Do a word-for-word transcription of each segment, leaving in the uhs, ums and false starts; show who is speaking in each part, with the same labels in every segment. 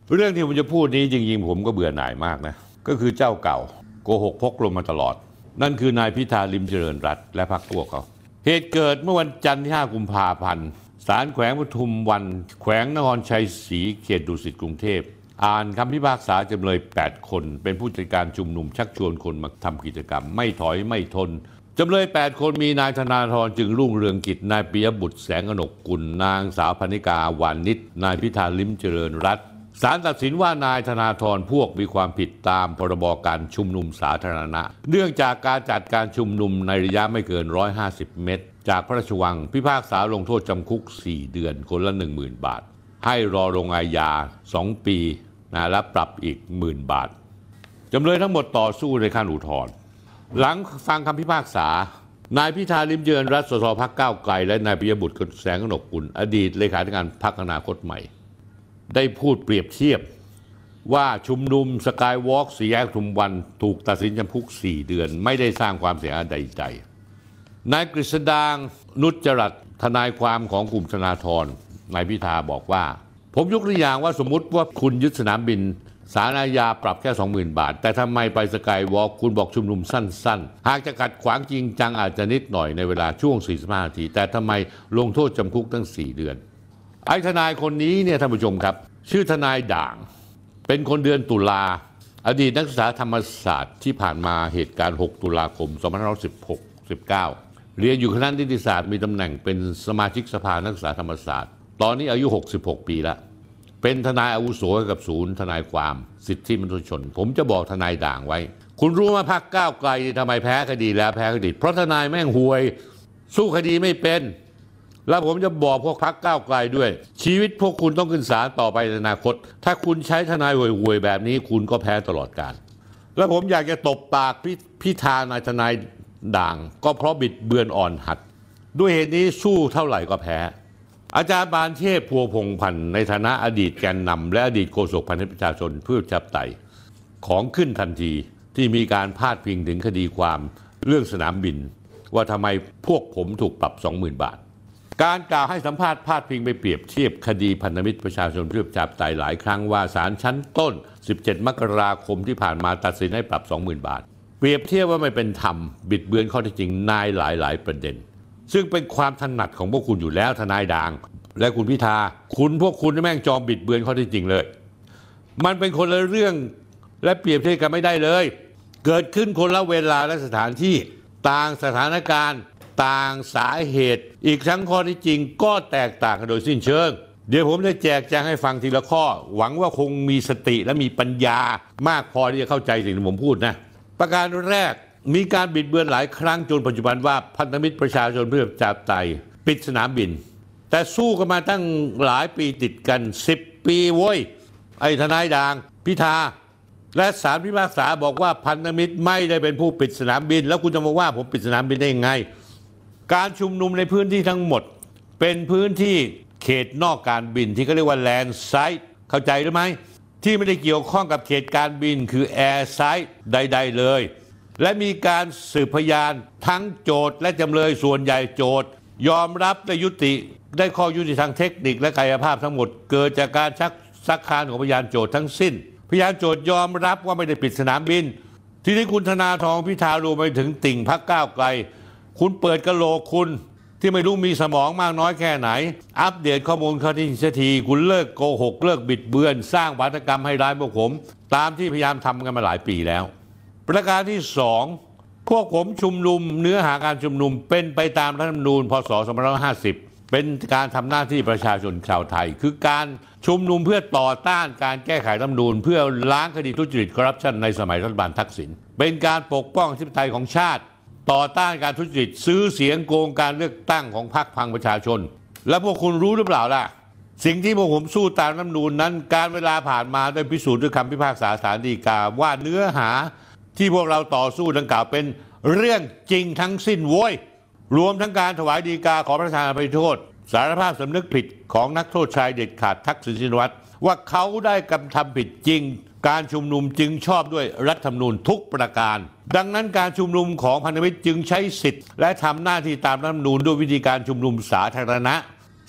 Speaker 1: เรื่องที่ผมจะพูดนี้จริงๆผมก็เบื่อหน่ายมากนะก็คือเจ้าเก่าโกหกพกลมมาตลอดนั่นคือนายพิธาลิ้มเจริญรัตน์และพรรคพวกเขาเหตุเกิดเมื่อวันจันทร์ที่ห้ากุมภาพันธ์ศาลแขวงปทุมวันแขวงนครชัยศรีเขตดุสิตกรุงเทพอ่านคำพิพากษาจำเลยแปดคนเป็นผู้จัดการชุมนุมชักชวนคนมาทำกิจกรรมไม่ถอยไม่ทนจำเลยแปดคนมีนายธนาธรจึงรุ่งเรืองกิจนายปิยบุตรแสงกนกกุลนางสาวพนิกาวานิชนายพิธาลิ้มเจริญรัตน์ศาลตัดสินว่านายธนาธรพวกมีความผิดตามพรบการชุมนุมสาธารณะเนื่องจากการจัดการชุมนุมในระยะไม่เกินหนึ่งร้อยห้าสิบเมตรจากพระราชวังพิพากษาลงโทษจำคุกสี่เดือนคนละ หนึ่งหมื่น บาทให้รอลงอาญาสองปีนะและปรับอีกหมื่นบาทจำเลยทั้งหมดต่อสู้ในขั้นอุทธรณ์หลังฟังคำพิพากษานายพิธาลิ้มเจริญรัตน์สสพรรคก้าวไกลและนายปิยบุตรแสงกนกกุลอดีตเลขาธิการพรรคอนาคตใหม่ได้พูดเปรียบเทียบว่าชุมนุมสกายวอล์กสี่แยกปทุมวันถูกตัดสินจำคุกสี่เดือนไม่ได้สร้างความเสียหายใดๆนายกฤษดางนุชจรัสทนายความของกลุ่มธนาธรนายพิธาบอกว่าผมยกตัวอย่างว่าสมมุติว่าคุณยึดสนามบินศาลอาญาปรับแค่ สองหมื่น บาทแต่ทำไมไปสกายวอล์กคุณบอกชุมนุมสั้นๆหากจะกัดขวางจริงจังอาจจะนิดหน่อยในเวลาช่วงสี่สิบห้านาทีแต่ทำไมลงโทษจำคุกตั้งสี่เดือนไอ้ทนายคนนี้เนี่ยท่านผู้ชมครับชื่อทนายด่างเป็นคนเดือนตุลาอดีตนักศึกษาธรรมศาสตร์ที่ผ่านมาเหตุการณ์หกตุลาคมสองพันห้าร้อยสิบหก สิบเก้าเรียนอยู่คณะนิติศาสตร์มีตำแหน่งเป็นสมาชิกสภานักศึกษาธรรมศาสตร์ตอนนี้อายุหกสิบหกปีแล้วเป็นทนายอาวุโสกับศูนย์ทนายความสิทธิมนุษยชนผมจะบอกทนายด่างไว้คุณรู้ว่าพรรคก้าวไกลทำไมแพ้คดีแล้วแพ้คดีเพราะทนายแม่งห่วยสู้คดีไม่เป็นแล้วผมจะบอกพวกพรรคก้าวไกลด้วยชีวิตพวกคุณต้องขึ้นศาลต่อไปในอนาคตถ้าคุณใช้ทนายห่วยๆแบบนี้คุณก็แพ้ตลอดกาลแล้วผมอยากจะตบปากพิพิธานายทนายด่างก็เพราะบิดเบือนอ่อนหัดด้วยเหตุนี้สู้เท่าไหร่ก็แพ้อาจารย์ปานเทพพัวพงษ์พันธ์ในฐานะอดีตแกนนำและอดีตโฆษกพันธมิตรประชาชนเพื่อประชาธิปไตยของขึ้นทันทีที่มีการพาดพิงถึงคดีความเรื่องสนามบินว่าทำไมพวกผมถูกปรับ สองหมื่น บาทการกล่าวให้สัมภาษณ์พาดพิงไปเปรียบเทียบคดีพันธมิตรประชาชนเพื่อประชาธิปไตยหลายครั้งว่าศาลชั้นต้นสิบเจ็ดมกราคมที่ผ่านมาตัดสินให้ปรับ สองหมื่น บาทเปรียบเทียบว่าไม่เป็นธรรมบิดเบือนข้อเท็จจริงในหลายๆประเด็นซึ่งเป็นความถนัดของพวกคุณอยู่แล้วทนายด่างและคุณพิธาคุณพวกคุณแม่งจอมบิดเบือนข้อเท็จจริงเลยมันเป็นคนละเรื่องและเปรียบเทียบกันไม่ได้เลยเกิดขึ้นคนละเวลาและสถานที่ต่างสถานการณ์ต่างสาเหตุอีกทั้งข้อที่จริงก็แตกต่างกันโดยสิ้นเชิงเดี๋ยวผมจะแจกแจงให้ฟังทีละข้อหวังว่าคงมีสติและมีปัญญามากพอที่จะเข้าใจสิ่งที่ผมพูดนะประการแรกมีการบิดเบือนหลายครั้งจนปัจจุบันว่าพันธมิตรประชาชนเพื่อประชาธิปไตยปิดสนามบินแต่สู้กันมาตั้งหลายปีติดกันสิบปีโว้ยไอ้ทนายด่างพิธาและศาลพิพากษาบอกว่าพันธมิตรไม่ได้เป็นผู้ปิดสนามบินแล้วคุณจะมาว่าผมปิดสนามบินได้ยังไงการชุมนุมในพื้นที่ทั้งหมดเป็นพื้นที่เขตนอกการบินที่เขาเรียกว่าแลนด์ไซต์เข้าใจหรือไม่ที่ไม่ได้เกี่ยวข้องกับเขตการบินคือแอร์ไซต์ใดๆเลยและมีการสืบพยานทั้งโจทก์และจำเลยส่วนใหญ่โจทก์ยอมรับและยุติได้ข้อยุติทางเทคนิคและกายภาพทั้งหมดเกิดจากการชักซักค้านของพยานโจทก์ทั้งสิ้นพยานโจทก์ยอมรับว่าไม่ได้ปิดสนามบินทีนี้คุณธนาธรพิธารวมไปถึงติ่งพรรคก้าวไกลคุณเปิดกระโหลกคุณที่ไม่รู้มีสมองมากน้อยแค่ไหนอัปเดตข้อมูลข้อที่จริงสักทีคุณเลิกโกหกเลิกบิดเบือนสร้างวาทกรรมให้ร้ายพวกผมตามที่พยายามทำกันมาหลายปีแล้วประการที่สองพวกผมชุมนุมเนื้อหาการชุมนุมเป็นไปตามรัฐธรรมนูญพ.ศ. สองพันห้าร้อยห้าสิบเป็นการทำหน้าที่ประชาชนชาวไทยคือการชุมนุมเพื่อต่อต้านการแก้ไขรัฐธรรมนูญเพื่อล้างคดีทุจริตคอร์รัปชันในสมัยรัฐบาลทักษิณเป็นการปกป้องอธิปไตยของชาติต่อต้านการทุจริตซื้อเสียงโกงการเลือกตั้งของพรรคพลังประชาชนและพวกคุณรู้หรือเปล่าล่ะสิ่งที่พวกผมสู้ตามรัฐธรรมนูญนั้นการเวลาผ่านมาได้พิสูจน์ด้วยคำพิพากษาศาลฎีกาว่าเนื้อหาที่พวกเราต่อสู้ดังกล่าวเป็นเรื่องจริงทั้งสิ้นโว้ยรวมทั้งการถวายฎีกาขอพระราชทานอภัยโทษสารภาพสำนึกผิดของนักโทษชายเด็ดขาดทักษิณชินวัตรว่าเขาได้กระทำผิดจริงการชุมนุมจึงชอบด้วยรัฐธรรมนูญทุกประการดังนั้นการชุมนุมของพันธมิตรจึงใช้สิทธิ์และทำหน้าที่ตามรัฐธรรมนูญด้วยวิธีการชุมนุมสาธารณะ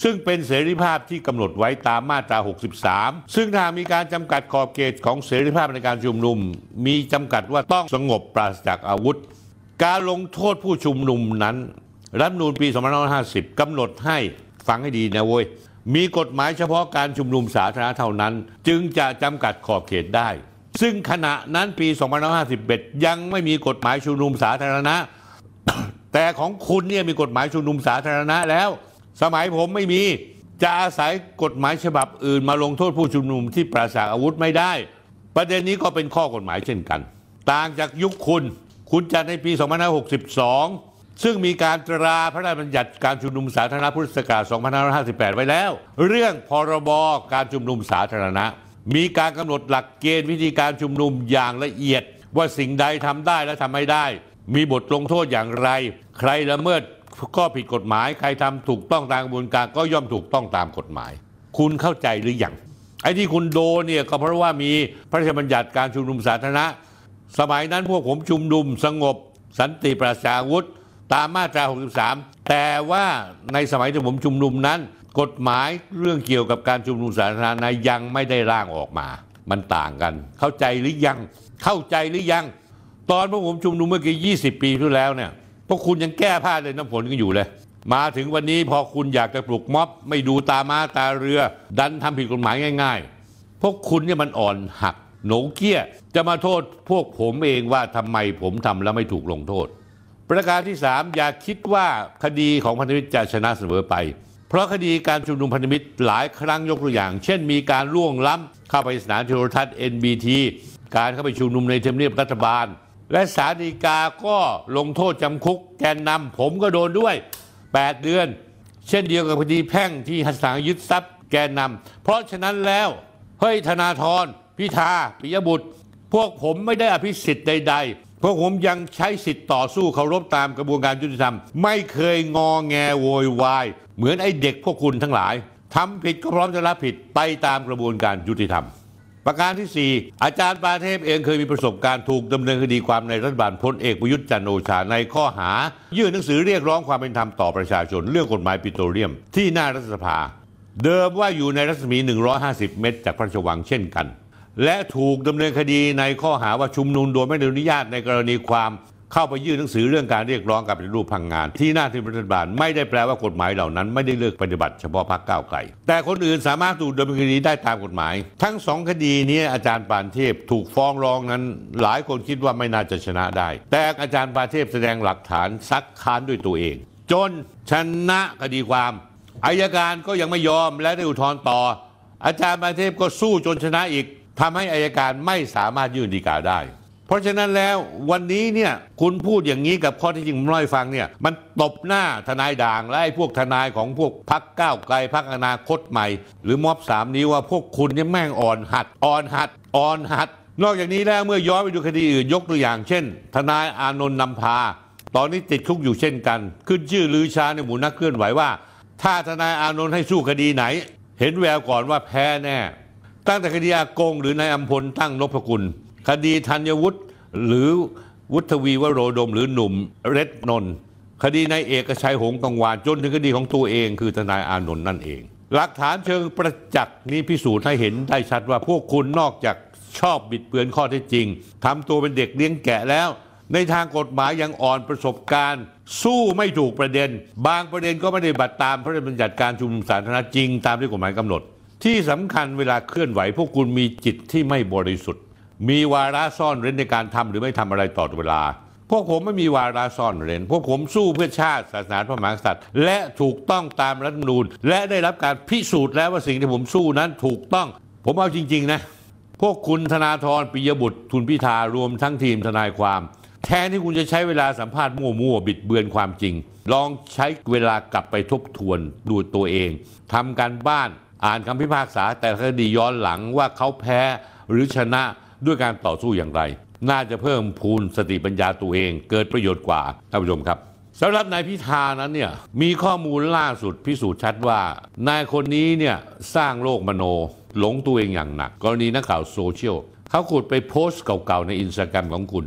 Speaker 1: ซึ่งเป็นเสรีภาพที่กำหนดไว้ตามมาตราหกสิบสามซึ่งถ้ามีการจำกัดขอบเขตของเสรีภาพในการชุมนุมมีจำกัดว่าต้องสงบปราศจากอาวุธการลงโทษผู้ชุมนุมนั้นรัฐธรรมนูญปีสองพันห้าร้อยห้าสิบกำหนดให้ฟังให้ดีนะเว้ยมีกฎหมายเฉพาะการชุมนุมสาธารณะเท่านั้นจึงจะจำกัดขอบเขตได้ซึ่งขณะนั้นปีสองพันห้าร้อยห้าสิบเอ็ดยังไม่มีกฎหมายชุมนุมสาธารณะ แต่ของคุณเนี่ยมีกฎหมายชุมนุมสาธารณะแล้วสมัยผมไม่มีจะอาศัยกฎหมายฉบับอื่นมาลงโทษผู้ชุมนุมที่ปราศจากอาวุธไม่ได้ประเด็นนี้ก็เป็นข้อกฎหมายเช่นกันต่างจากยุคคุณคุณจัดในปีสองพันห้าร้อยหกสิบสองซึ่งมีการตราพระราชบัญญัติการชุมนุมสาธารณะพุทธศักราชสองพันห้าร้อยห้าสิบแปดไว้แล้วเรื่องพรบการชุมนุมสาธารณะมีการกำหนดหลักเกณฑ์วิธีการชุมนุมอย่างละเอียดว่าสิ่งใดทำได้และทำไม่ได้มีบทลงโทษอย่างไรใครละเมิดก็ผิดกฎหมายใครทำถูกต้องตามกระบวนการก็ย่อมถูกต้องตามกฎหมายคุณเข้าใจหรือยังไอ้ที่คุณโดนเนี่ยก็เพราะว่ามีพระราชบัญญัติการชุมนุมสาธารณะสมัยนั้นพวกผมชุมนุมสงบสันติปราศจากอาวุธตามมาตราหกสิบสามแต่ว่าในสมัยที่ผมชุมนุมนั้นกฎหมายเรื่องเกี่ยวกับการชุมนุมสาธารณะยังไม่ได้ร่างออกมามันต่างกันเข้าใจหรือยังเข้าใจหรือยังตอนพวกผมชุมนุมเมื่อกี้ยี่สิบปีที่แล้วเนี่ยพวกคุณยังแก้ผ้าเลยน้ำฝนกันอยู่เลยมาถึงวันนี้พอคุณอยากจะปลุกม็อบไม่ดูตาม้าตาเรือดันทำผิดกฎหมายง่ายๆพวกคุณเนี่ยมันอ่อนหักโหนเกี้ยจะมาโทษพวกผมเองว่าทำไมผมทำแล้วไม่ถูกลงโทษประการที่สามอย่าคิดว่าคดีของพันธมิตรจะชนะเสมอไปเพราะคดีการชุมนุมพันธมิตรหลายครั้งยกตัวอย่างเช่นมีการล่วงล้ำเข้าไปสถานโทรทัศน์ เอ็น บี ที การเข้าไปชุมนุมในทำเนียบรัฐบาลและศาลฎีกาก็ลงโทษจำคุกแกนนำผมก็โดนด้วยแปดเดือนเช่นเดียวกับคดีแพ่งที่หักษายึดทรัพย์แกนนำเพราะฉะนั้นแล้วเฮ้ยธนาธรพิธาปิยบุตรพวกผมไม่ได้อภิสิทธิ์ใดๆพวกผมยังใช้สิทธิ์ต่อสู้เคารพตามกระบวนการยุติธรรมไม่เคยงอแงโวยวายเหมือนไอ้เด็กพวกคุณทั้งหลายทำผิดก็พร้อมจะรับผิดไปตามกระบวนการยุติธรรมประการที่สี่อาจารย์ปาเทพเองเคยมีประสบการณ์ถูกดำเนินคดีความในรัฐบาลพลเอกประยุทธ์จันทร์โอชาในข้อหายื่นหนังสือเรียกร้องความเป็นธรรมต่อประชาชนเรื่องกฎหมายปิโตรเลียมที่หน้ารัฐสภาเดิมว่าอยู่ในรัศมีหนึ่งร้อยห้าสิบเมตรจากพระราชวังเช่นกันและถูกดำเนินคดีในข้อหาว่าชุมนุมโดยไม่ได้อนุญาตในกรณีความเข้าไปยื่นหนังสือเรื่องการเรียกร้องการปฏิรูปพลังงานที่หน้าที่รัฐบาลไม่ได้แปลว่ากฎหมายเหล่านั้นไม่ได้เลือกปฏิบัติเฉพาะพรรคก้าวไกลแต่คนอื่นสามารถถูกดำเนินคดีได้ตามกฎหมายทั้งสองคดีนี้อาจารย์ปานเทพถูกฟ้องร้องนั้นหลายคนคิดว่าไม่น่าจะชนะได้แต่อาจารย์ปานเทพแสดงหลักฐานซักค้านด้วยตัวเองจนชนะคดีความอัยการก็ยังไม่ยอมและได้อุทธรณ์ต่ออาจารย์ปานเทพก็สู้จนชนะอีกทำให้อัยการไม่สามารถยื่นฎีกาได้เพราะฉะนั้นแล้ววันนี้เนี่ยคุณพูดอย่างนี้กับข้อที่จริงผมเล่าให้ฟังเนี่ยมันตบหน้าทนายด่างและไอ้พวกทนายของพวกพรรคก้าวไกลพรรคอนาคตใหม่หรือม็อบสามนิ้วว่าพวกคุณเนี่ยแม่งอ่อนหัดอ่อนหัดอ่อนหัดนอกจากนี้แล้วเมื่อย้อนไปดูคดีอื่นยกตัวอย่างเช่นทนายอานนท์นำพาตอนนี้ติดคุกอยู่เช่นกันขึ้นชื่อลือชาในหมู่นักเคลื่อนไหวว่าถ้าทนายอานนท์ให้สู้คดีไหนเห็นแววก่อนว่าแพ้แน่ตั้งแต่คดีอากงหรือนายอัมพลตั้งนพกุลคดีธัญวุฒิหรือวุฒิวีวโรดมหรือหนุ่มเรดนนท์คดีนายเอกชัยหงส์กังวานจนถึงคดีของตัวเองคือทนายอานนท์นั่นเองหลักฐานเชิงประจักษ์นี้พิสูจน์ให้เห็นได้ชัดว่าพวกคุณนอกจากชอบบิดเบือนข้อเท็จจริงทำตัวเป็นเด็กเลี้ยงแกะแล้วในทางกฎหมายยังอ่อนประสบการณ์สู้ไม่ถูกประเด็นบางประเด็นก็ไม่ได้บัตรตามพระราชบัญญัติการชุมนุมสาธารณะจริงตามที่กฎหมายกำหนดที่สำคัญเวลาเคลื่อนไหวพวกคุณมีจิตที่ไม่บริสุทธิ์มีวาระซ่อนเร้นในการทำหรือไม่ทำอะไรต่อเวลาพวกผมไม่มีวาระซ่อนเร้นพวกผมสู้เพื่อชาติศาสนาพระมหากษัตริย์และถูกต้องตามรัฐธรรมนูญและได้รับการพิสูจน์แล้วว่าสิ่งที่ผมสู้นั้นถูกต้องผมเอาจริงๆนะพวกคุณธนาธรปิยบุตรทุนพิธารวมทั้งทีมทนายความแทนที่คุณจะใช้เวลาสัมภาษณ์มั่วๆบิดเบือนความจริงลองใช้เวลากลับไปทบทวนดูตัวเองทำการบ้านอ่านคำพิพากษาแต่คดีย้อนหลังว่าเขาแพ้หรือชนะด้วยการต่อสู้อย่างไรน่าจะเพิ่มพูนสติปัญญาตัวเองเกิดประโยชน์กว่าท่านผู้ชมครับสำหรับนายพิธานั้นเนี่ยมีข้อมูลล่าสุดพิสูจน์ชัดว่านายคนนี้เนี่ยสร้างโลกมโนหลงตัวเองอย่างหนักกรณีนักข่าวโซเชียลเขาขุดไปโพสต์เก่าๆในอินสตาแกรมของคุณ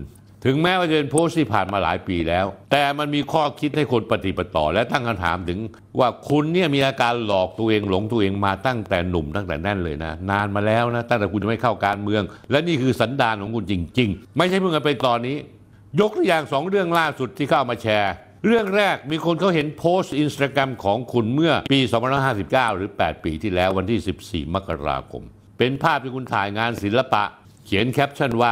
Speaker 1: ถึงแม้ว่าจะเป็นโพสต์ที่ผ่านมาหลายปีแล้วแต่มันมีข้อคิดให้คนปฏิบัติต่อและตั้งคำถามถึงว่าคุณเนี่ยมีอาการหลอกตัวเองหลงตัวเองมาตั้งแต่หนุ่มตั้งแต่แน่นเลยนะนานมาแล้วนะตั้งแต่คุณจะไม่เข้าการเมืองและนี่คือสันดานของคุณจริงๆไม่ใช่เพิ่งมาเป็นตอนนี้ยกตัวอย่างสองเรื่องล่าสุดที่เข้ามาแชร์เรื่องแรกมีคนเขาเห็นโพสต์อินสตาแกรมของคุณเมื่อปีสองพันห้าร้อยห้าสิบเก้าหรือแปดปีที่แล้ววันที่สิบสี่มกราคมเป็นภาพที่คุณถ่ายงานศิลปะเขียนแคปชั่นว่า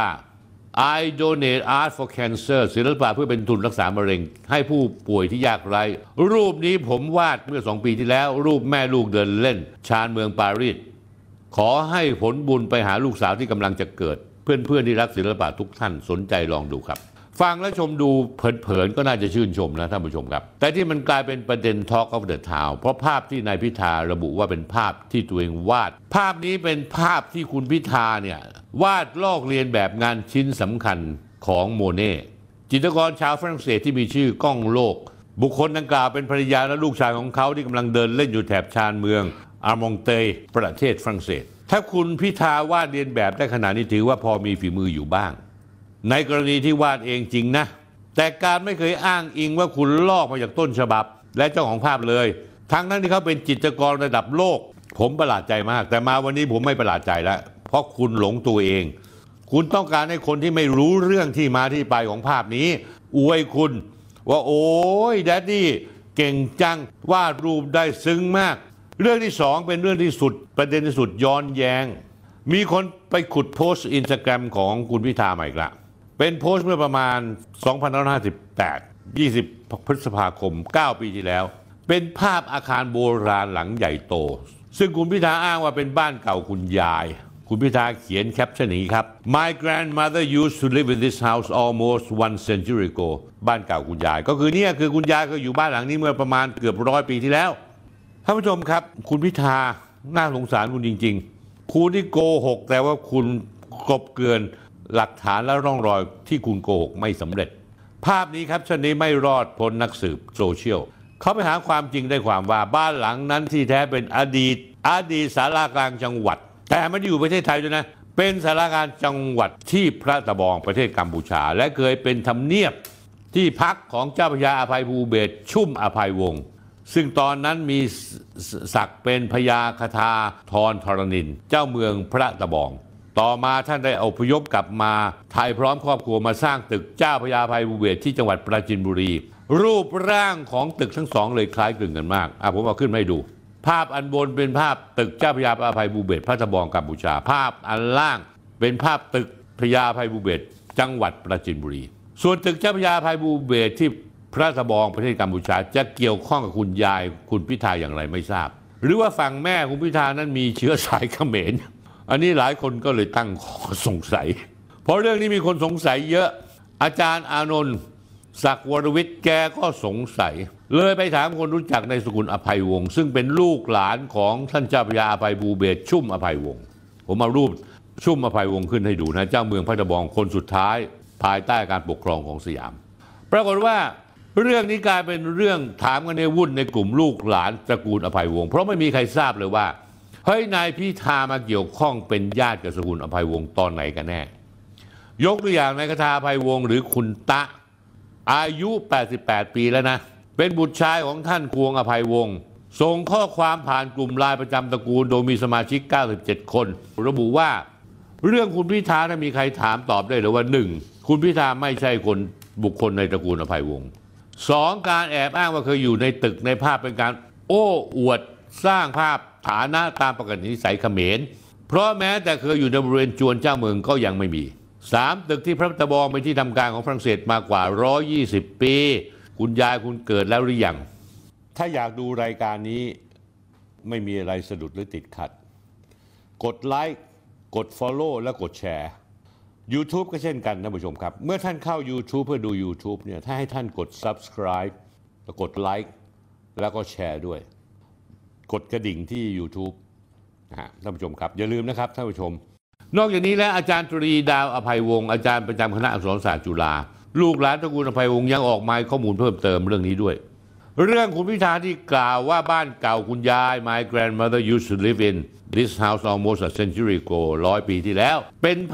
Speaker 1: I donate art for cancer ศิลปะเพื่อเป็นทุนรักษามะเร็งให้ผู้ป่วยที่ยากไร้รูปนี้ผมวาดเมื่อสองปีที่แล้วรูปแม่ลูกเดินเล่นชานเมืองปารีสขอให้ผลบุญไปหาลูกสาวที่กำลังจะเกิดเพื่อนๆที่รักศิลปะทุกท่านสนใจลองดูครับฟังและชมดูเผินๆก็น่าจะชื่นชมนะท่านผู้ชมครับแต่ที่มันกลายเป็นประเด็น Talk of the Town เพราะภาพที่นายพิธาระบุว่าเป็นภาพที่ตัวเองวาดภาพนี้เป็นภาพที่คุณพิธาเนี่ยวาดลอกเลียนแบบงานชิ้นสำคัญของโมเน่จิตรกรชาวฝรั่งเศสที่มีชื่อก้องโลกบุคคลดังกล่าวเป็นภรรยาและลูกชายของเขาที่กำลังเดินเล่นอยู่แถบชานเมืองอาร์มองเตยประเทศฝรั่งเศสถ้าคุณพิธาวาดเลียนแบบได้ขนาดนี้ถือว่าพอมีฝีมืออยู่บ้างในกรณีที่วาดเองจริงนะแต่การไม่เคยอ้างอิงว่าคุณลอกมาจากต้นฉบับและเจ้าของภาพเลยทั้งนั้นที่เขาเป็นจิตรกรระดับโลกผมประหลาดใจมากแต่มาวันนี้ผมไม่ประหลาดใจแล้วเพราะคุณหลงตัวเองคุณต้องการให้คนที่ไม่รู้เรื่องที่มาที่ไปของภาพนี้อวยคุณว่าโอ้ยแดดดี้เก่งจังวาดรูปได้ซึ้งมากเรื่องที่สองเป็นเรื่องที่สุดประเด็นที่สุดย้อนแย้งมีคนไปขุดโพสต์อินสตาแกรมของคุณพิธาใหม่อีกละเป็นโพสต์เมื่อประมาณสองพันห้าร้อยห้าสิบแปด ยี่สิบพฤษภาคมเก้าปีที่แล้วเป็นภาพอาคารโบราณหลังใหญ่โตซึ่งคุณพิธาอ้างว่าเป็นบ้านเก่าคุณยายคุณพิธาเขียนแคปชั่นนี้ครับ My grandmother used to live in this house almost one century ago บ้านเก่าคุณยายก็คือเนี่ยคือคุณยายเคยอยู่บ้านหลังนี้เมื่อประมาณเกือบร้อยปีที่แล้วท่านผู้ชมครับคุณพิธาน่าสงสารคุณจริงๆคุณที่โกหกแต่ว่าคุณกลบเกลื่อนหลักฐานและร่องรอยที่คุณโกหกไม่สำเร็จภาพนี้ครับชันนี้ไม่รอดพ้นนักสืบโซเชียลเขาไปหาความจริงได้ความว่าบ้านหลังนั้นที่แท้เป็นอดีตอดีตศาลากลางจังหวัดแต่ไม่ได้อยู่ประเทศไทยด้วยนะเป็นศาลากลางจังหวัดที่พระตะบองประเทศกัมพูชาและเคยเป็นทำเนียบที่พักของเจ้าพระยาอภัยภูเบศรชุ่มอภัยวงศ์ซึ่งตอนนั้นมีศักดิ์เป็นพญาคทาธรธรณินเจ้าเมืองพระตะบองต่อมาท่านได้อพยพกลับมาไทยพร้อมครอบครัวมาสร้างตึกเจ้าพระยาอภัยภูเบศรที่จังหวัดปราจีนบุรีรูปร่างของตึกทั้งสองเลยคล้ายคลึงกันมากอ่ะผมเอาขึ้นมาให้ดูภาพอันบนเป็นภาพตึกเจ้าพระยาอภัยภูเบศรพระตะบองกัมพูชาภาพอันล่างเป็นภาพตึกพระยาอภัยภูเบศรจังหวัดปราจีนบุรีส่วนตึกเจ้าพระยาอภัยภูเบศรที่พระตะบองประเทศกัมพูชาจะเกี่ยวข้องกับคุณยายคุณพิธาอย่างไรไม่ทราบหรือว่าฝั่งแม่คุณพิธานั้นมีเชื้อสายเขมรอันนี้หลายคนก็เลยตั้งข้อสงสัยเพราะเรื่องนี้มีคนสงสัยเยอะอาจารย์อานนท์ศักดิ์วรวิทย์แกก็สงสัยเลยไปถามคนรู้จักในสกุลอภัยวงศ์ซึ่งเป็นลูกหลานของท่านเจ้าพระยาอภัยภูเบศรชุ่มอภัยวงศ์ผมเอารูปชุ่มอภัยวงศ์ขึ้นให้ดูนะเจ้าเมืองพระตะบองคนสุดท้ายภายใต้การปกครองของสยามปรากฏว่าเรื่องนี้กลายเป็นเรื่องถามกันในวุ่นในกลุ่มลูกหลานตระกูลอภัยวงศ์เพราะไม่มีใครทราบเลยว่าเฮ้ยนายพิธามาเกี่ยวข้องเป็นญาติกับสกุลอภัยวงศ์ตอนไหนกันแน่ยกตัวอย่างนายคทาอภัยวงศ์หรือคุณตะอายุแปดสิบแปดปีแล้วนะเป็นบุตรชายของท่านควงอภัยวงศ์ส่งข้อความผ่านกลุ่มไลน์ประจำตระกูลโดยมีสมาชิกเก้าสิบเจ็ดคนระบุว่าเรื่องคุณพิธาถ้ามีใครถามตอบได้เลยว่าหนึ่งคุณพิธาไม่ใช่คนบุคคลในตระกูลอภัยวงศ์สองการแอบอ้างว่าเคยอยู่ในตึกในภาพเป็นการโอ้อวดสร้างภาพฐานะตามปกตินิสัยเขมรเพราะแม้แต่เคยอยู่ในบริเวณจวนเจ้าเมืองก็ยังไม่มีสามตึกที่พระตะบองเป็นที่ทำการของฝรั่งเศสมากว่าหนึ่งร้อยยี่สิบปีคุณยายคุณเกิดแล้วหรือยังถ้าอยากดูรายการนี้ไม่มีอะไรสะดุดหรือติดขัดกดไลค์กด Follow และกดแชร์ YouTube ก็เช่นกันท่านผู้ชมครับเมื่อท่านเข้า YouTube เพื่อดู YouTube เนี่ยถ้าให้ท่านกด Subscribe แล้วกดไลค์แล้วก็แชร์ด้วยกดกระดิ่งที่ YouTube นะท่านผู้ชมครับอย่าลืมนะครับท่านผู้ชมนอกจากนี้แล้วอาจารย์ตรีดาวอภัยวงศ์อาจารย์ประจำคณะอักษรศาสตร์จุฬาลูกหลานตระกูลอภัยวงศ์ยังออกมาข้อมูลเพิ่มเติมเรื่องนี้ด้วยเรื่องคุณพิธาที่กล่าวว่าบ้านเก่าคุณยาย My grandmother used to live in this house almost a century ago ร้อยปีที่แล้วเป็นภาพ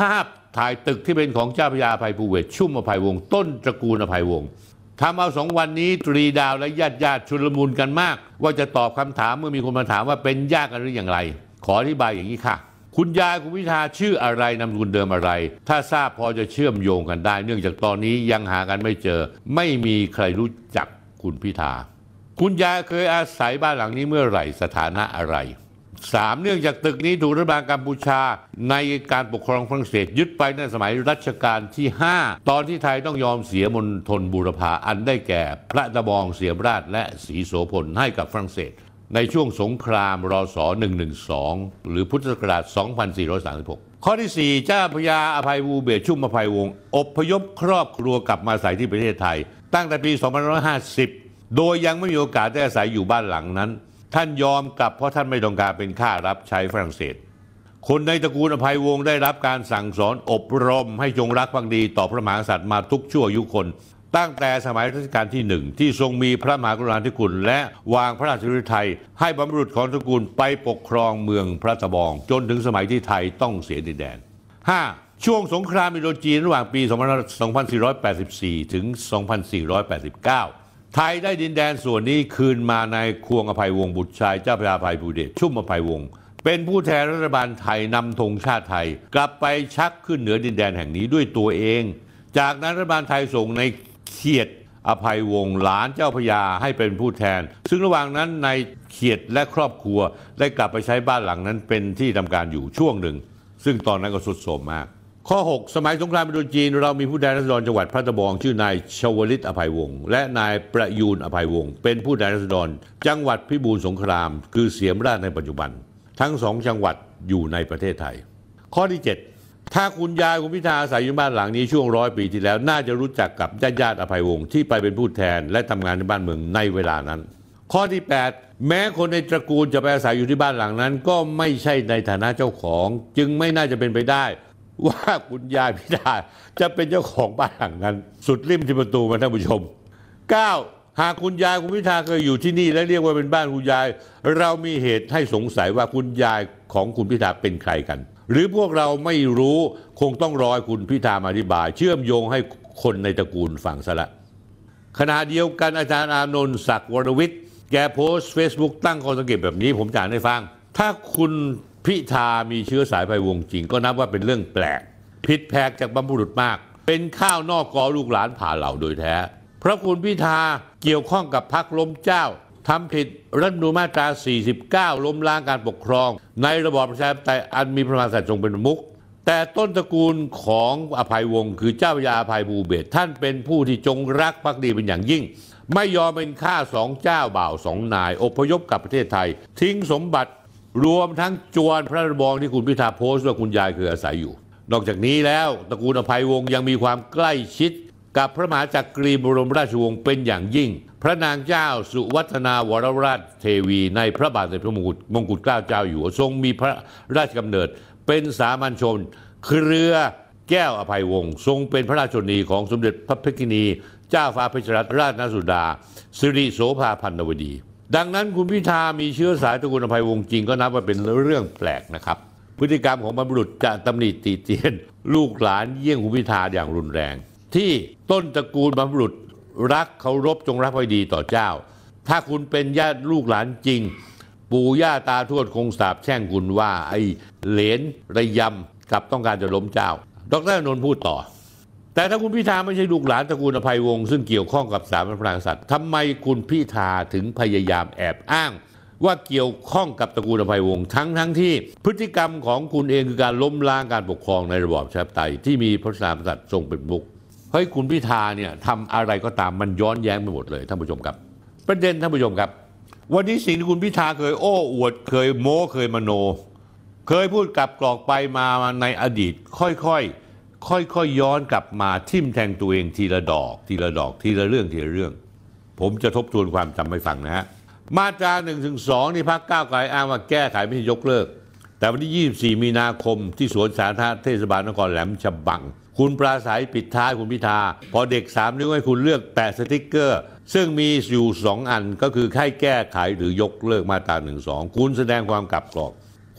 Speaker 1: ถ่ายตึกที่เป็นของเจ้าพระยาอภัยภูเบศรชุ่มอภัยวงศ์ต้นตระกูลอภัยวงศ์ทำเอาสองวันนี้ตรีดาวและญาติญาติชุลมุนกันมากว่าจะตอบคำถามเมื่อมีคนมาถามว่าเป็นญาติกันหรืออย่างไรขออธิบายอย่างนี้ค่ะคุณยายคุณพิธาชื่ออะไรนามสกุลเดิมอะไรถ้าทราบพอจะเชื่อมโยงกันได้เนื่องจากตอนนี้ยังหากันไม่เจอไม่มีใครรู้จักคุณพิธาคุณยายเคยอาศัยบ้านหลังนี้เมื่อไหร่สถานะอะไรสามเนื่องจากตึกนี้ถูกรัฐบาลกัมพูชาในการปกครองฝรั่งเศสยึดไปในสมัยรัชกาลที่ห้าตอนที่ไทยต้องยอมเสียมณฑลบูรพาอันได้แก่พระตะบองเสียมราชและศรีโสพลให้กับฝรั่งเศสในช่วงสงครามรศหนึ่งหนึ่งสองหรือพุทธศักราชสองพันสี่ร้อยสามสิบหกข้อที่สี่เจ้าพระยาอภัยภูเบศรชุ่มอภัยวงศ์อพยพครอบครัวกลับมาอาศัยที่ประเทศไทยตั้งแต่ปีสองพันห้าร้อยห้าสิบโดยยังไม่มีโอกาสได้อาศัยอยู่บ้านหลังนั้นท่านยอมกลับเพราะท่านไม่ต้องการเป็นข้ารับใช้ฝรั่งเศสคนในตระกูลอภัยวงศ์ได้รับการสั่งสอนอบรมให้จงรักภักดีต่อพระมหากษัตริย์มาทุกชั่วอายุคนตั้งแต่สมัยรัชกาลที่หนึ่งที่ทรงมีพระมหากรุณาธิคุณและวางพระราชฤทัยให้บรรพบุรุษของตระกูลไปปกครองเมืองพระตะบองจนถึงสมัยที่ไทยต้องเสียดินแดน ห้า. ช่วงสงครามอินโดจีนระหว่างปี สองพันสี่ร้อยแปดสิบสี่ ถึง สองพันสี่ร้อยแปดสิบเก้า ไทยได้ดินแดนส่วนนี้คืนมาในควงอภัยวงศ์บุตรชายเจ้าพระยาอภัยภูเบศรชุ่มอภัยวงศ์เป็นผู้แทนรัฐบาลไทยนำธงชาติไทยกลับไปชักขึ้นเหนือดินแดนแห่งนี้ด้วยตัวเองจากนั้นรัฐบาลไทยส่งในเขียดอภัยวงศ์หลานเจ้าพระยาให้เป็นผู้แทนซึ่งระหว่างนั้นในเขียดและครอบครัวได้กลับไปใช้บ้านหลังนั้นเป็นที่ทำการอยู่ช่วงหนึ่งซึ่งตอนนั้นก็ทรุดโทรมมากข้อหกสมัยสงครามอินโดจีนเรามีผู้แทนราษฎรจังหวัดพระตะบองชื่อนายชวลิตอภัยวงศ์และนายประยูนอภัยวงศ์เป็นผู้แทนราษฎรจังหวัดพิบูลสงครามคือเสียมราชในปัจจุบันทั้งสองจังหวัดอยู่ในประเทศไทยข้อที่เจ็ดถ้าคุณยายคุณพิธาอาศัยอยู่บ้านหลังนี้ช่วงร้อยปีที่แล้วน่าจะรู้จักกับญาติญาติอภัยวงศ์ที่ไปเป็นผู้แทนและทำงานในบ้านเมืองในเวลานั้นข้อที่แปดแม้คนในตระกูลจะไปอาศัยอยู่ที่บ้านหลังนั้นก็ไม่ใช่ในฐานะเจ้าของจึงไม่น่าจะเป็นไปได้ว่าคุณยายพิธาจะเป็นเจ้าของบ้านหลังนั้นสุดริมที่ประตูมาท่านผู้ชม เก้า หากคุณยายคุณพิธาเคยอยู่ที่นี่และเรียกว่าเป็นบ้านคุณยายเรามีเหตุให้สงสัยว่าคุณยายของคุณพิธาเป็นใครกันหรือพวกเราไม่รู้คงต้องรอคุณพิธามาอธิบายเชื่อมโยงให้คนในตระกูลฟังซะละขณะเดียวกันอาจารย์อานนท์ศักดิ์วรวิทย์แกโพสต์ Facebook ตั้งข้อสังเกตแบบนี้ผมจะอ่านให้ฟังถ้าคุณพิธามีเชื้อสายอภัยวงศ์จริงก็นับว่าเป็นเรื่องแปลกผิดแผกจากบรรพบุรุษมากเป็นข้าวนอกกอลูกหลานผ่าเหล่าโดยแท้เพราะคุณพิธาเกี่ยวข้องกับพรรคล้มเจ้าทำผิดรัฐธรรมนูญมาตราสี่สิบเก้าล้มล้างการปกครองในระบอบประชาธิปไตยอันมีพระมหากษัตริย์ทรงเป็นประมุขแต่ต้นตระกูลของอภัยวงศ์คือเจ้าพระยาอภัยภูเบศรท่านเป็นผู้ที่จงรักภักดีเป็นอย่างยิ่งไม่ยอมเป็นข้าสองเจ้าบ่าวสองนายอพยพกลับประเทศไทยทิ้งสมบัติรวมทั้งจวนพระราชบองที่คุณพิธาโพสต์ว่าคุณยายเคยอาศัยอยู่นอกจากนี้แล้วตระกูลอภัยวงศ์ยังมีความใกล้ชิดกับพระมหาจักรีบรมราชวงศ์เป็นอย่างยิ่งพระนางเจ้าสุวัฒนาวรราชเทวีในพระบาทสมเด็จพระมงกุฎมงกุฎเกล้าเจ้าอยู่หัวทรงมีพระราชกำเนิดเป็นสามัญชนเครือแก้วอภัยวงศ์ทรงเป็นพระราชชนนีของสมเด็จพระภิกษุณีเจ้าฟ้าเพชรรัตนราชนสุดาสิริโสภาพันนวดีดังนั้นคุณพิธามีเชื้อสายตระกูลอภัยวงศ์จริงก็นับว่าเป็นเรื่องแปลกนะครับพฤติกรรมของบรรพบุรุษจะตำหนิติเตียนลูกหลานเยี่ยงคุณพิธาอย่างรุนแรงที่ต้นตระกูลบรรพบุรุษรักเคารพจงรักภักดีต่อเจ้าถ้าคุณเป็นญาติลูกหลานจริงปู่ย่าตาทวดคงสาปแช่งคุณว่าไอ้เหลนระยำกับต้องการจะล้มเจ้าดร.อานนท์พูดต่อแต่ถ้าคุณพิธาไม่ใช่ลูกหลานตระกูลอภัยวงศ์ซึ่งเกี่ยวข้องกับสถาบันพระมหากษัตริย์ทำไมคุณพิธาถึงพยายามแอบอ้างว่าเกี่ยวข้องกับตระกูลอภัยวงศ์ทั้งทั้งที่พฤติกรรมของคุณเองคือการล้มล้างการปกครองในระบอบประชาธิปไตยที่มีพระมหากษัตริย์ทรงเป็นประมุขเฮ้ยคุณพิธาเนี่ยทำอะไรก็ตามมันย้อนแย้งไปหมดเลยท่านผู้ชมครับประเด็นท่านผู้ชมครับวันนี้สิ่งที่คุณพิธาเคยโอ้อวดเคยโม้เคยมโนเคยพูดกลับกรอกไปมาในอดีตค่อยๆค่อยๆย้อนกลับมาทิ่มแทงตัวเองทีละดอกทีละดอกทีละเรื่องทีละเรื่องผมจะทบทวนความจำให้ฟังนะฮะมาตราหนึ่งถึงสองนี่พรรคก้าวไกลอ้างว่าแก้ไขไม่ใช่ยกเลิกแต่วันที่ยี่สิบสี่มีนาคมที่สวนสาธารณะเทศบาลนครแหลมฉบังคุณปราศัยปิดท้ายคุณพิธาพอเด็กสามนิ้วให้คุณเลือกแปะสติ๊กเกอร์ซึ่งมีอยู่สองอันก็คือให้แก้ไขหรือยกเลิกมาตราหนึ่งสองคุณแสดงความกลับกรอก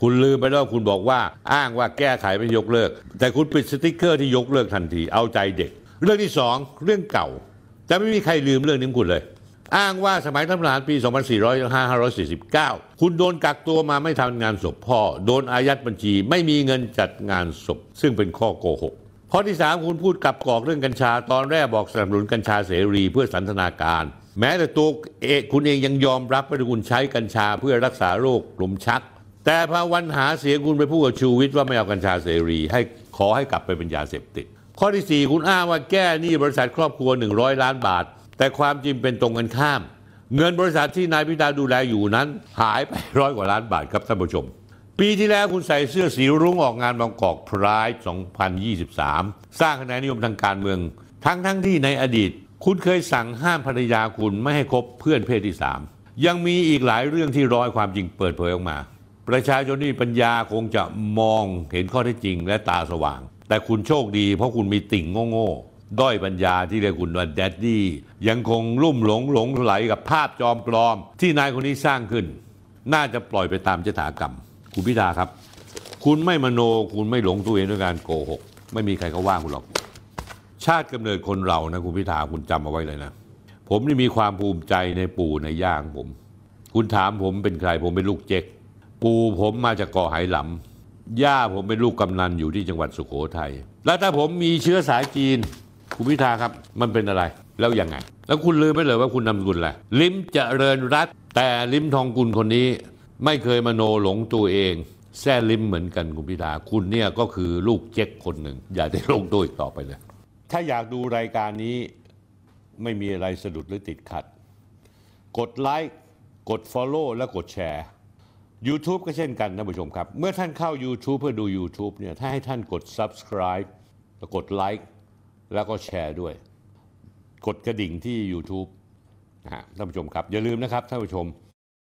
Speaker 1: คุณลืมไปแล้วคุณบอกว่าอ้างว่าแก้ไขไม่ยกเลิกแต่คุณปิดสติ๊กเกอร์ที่ยกเลิกทันทีเอาใจเด็กเรื่องที่สองเรื่องเก่าแต่ไม่มีใครลืมเรื่องนี้คุณเลยอ้างว่าสมัยรัฐประหารปี สองพันสี่ร้อยห้า ห้าร้อยสี่สิบเก้า คุณโดนกักตัวมาไม่ทำงานศพพ่อโดนอายัดบัญชีไม่มีเงินจัดงานศพซึ่งเป็นข้อโกหกข้อที่สามคุณพูดกับกอกเรื่องกัญชาตอนแรกบอกสนับสนุนกัญชาเสรีเพื่อสันทนาการแม้แต่ตัวเอกคุณเองยังยอมรับว่าคุณใช้กัญชาเพื่อรักษาโรคลมชักแต่พอวันหาเสียงคุณไปพูดกับชูวิทย์ว่าไม่เอากัญชาเสรีให้ขอให้กลับไปเป็นยาเสพติดข้อที่สี่คุณอ้างว่าแก้หนี้บริษัทครอบครัวหนึ่งร้อยล้านบาทแต่ความจริงเป็นตรงกันข้ามเงินบริษัทที่นายพิธาดูแลอยู่นั้นหายไปร้อยกว่าล้านบาทครับท่านผู้ชมปีที่แล้วคุณใส่เสื้อสีรุ้งออกงานบางกอกพรายสองพันยี่สิบสามสร้างคะแนนนิยมทางการเมืองทั้งทั้งที่ในอดีตคุณเคยสั่งห้ามภรรยาคุณไม่ให้คบเพื่อนเพศที่สามยังมีอีกหลายเรื่องที่รอความจริงเปิดเผยออกมาประชาชนที่ปัญญาคงจะมองเห็นข้อเท็จจริงและตาสว่างแต่คุณโชคดีเพราะคุณมีติ่งโง่ๆด้อยปัญญาที่เรียกคุณว่าแดดดี้ยังคงลุ่มหลงหลงไหลกับภาพจอมปลอมที่นายคนนี้สร้างขึ้นน่าจะปล่อยไปตามยถากรรมคุณพิธาครับคุณไม่มโนคุณไม่หลงตัวเองด้วยการโกหกไม่มีใครเขาว่าคุณหรอกชาติกำเนิดคนเรานะคุณพิธาคุณจำเอาไว้เลยนะผมนี่มีความภูมิใจในปู่ในย่าของผมคุณถามผมเป็นใครผมเป็นลูกเจ๊กปู่ผมมาจากเกาะไหหลำย่าผมเป็นลูกกำนันอยู่ที่จังหวัดสุโขทัยแล้วถ้าผมมีเชื้อสายจีนคุณพิธาครับมันเป็นอะไรแล้วยังไงแล้วคุณลืมไปเลยว่าคุณนามสกุลอะไรลิ้มเจริญรัตน์แต่ลิ้มทองกุลคนนี้ไม่เคยมโนหลงตัวเองแซ่ลิ้มเหมือนกันคุณพิธาคุณเนี่ยก็คือลูกเจ๊กคนหนึ่งอย่าได้หลงตัวอีกต่อไปเลยถ้าอยากดูรายการนี้ไม่มีอะไรสะดุดหรือติดขัดกดไลค์กด Follow และกดแชร์ YouTube ก็เช่นกันท่านผู้ชมครับเมื่อท่านเข้า YouTube เพื่อดู YouTube เนี่ยถ้าให้ท่านกด Subscribe แล้วกดไลค์แล้วก็แชร์ด้วยกดกระดิ่งที่ YouTube นะฮะท่านผู้ชมครับอย่าลืมนะครับท่านผู้ชม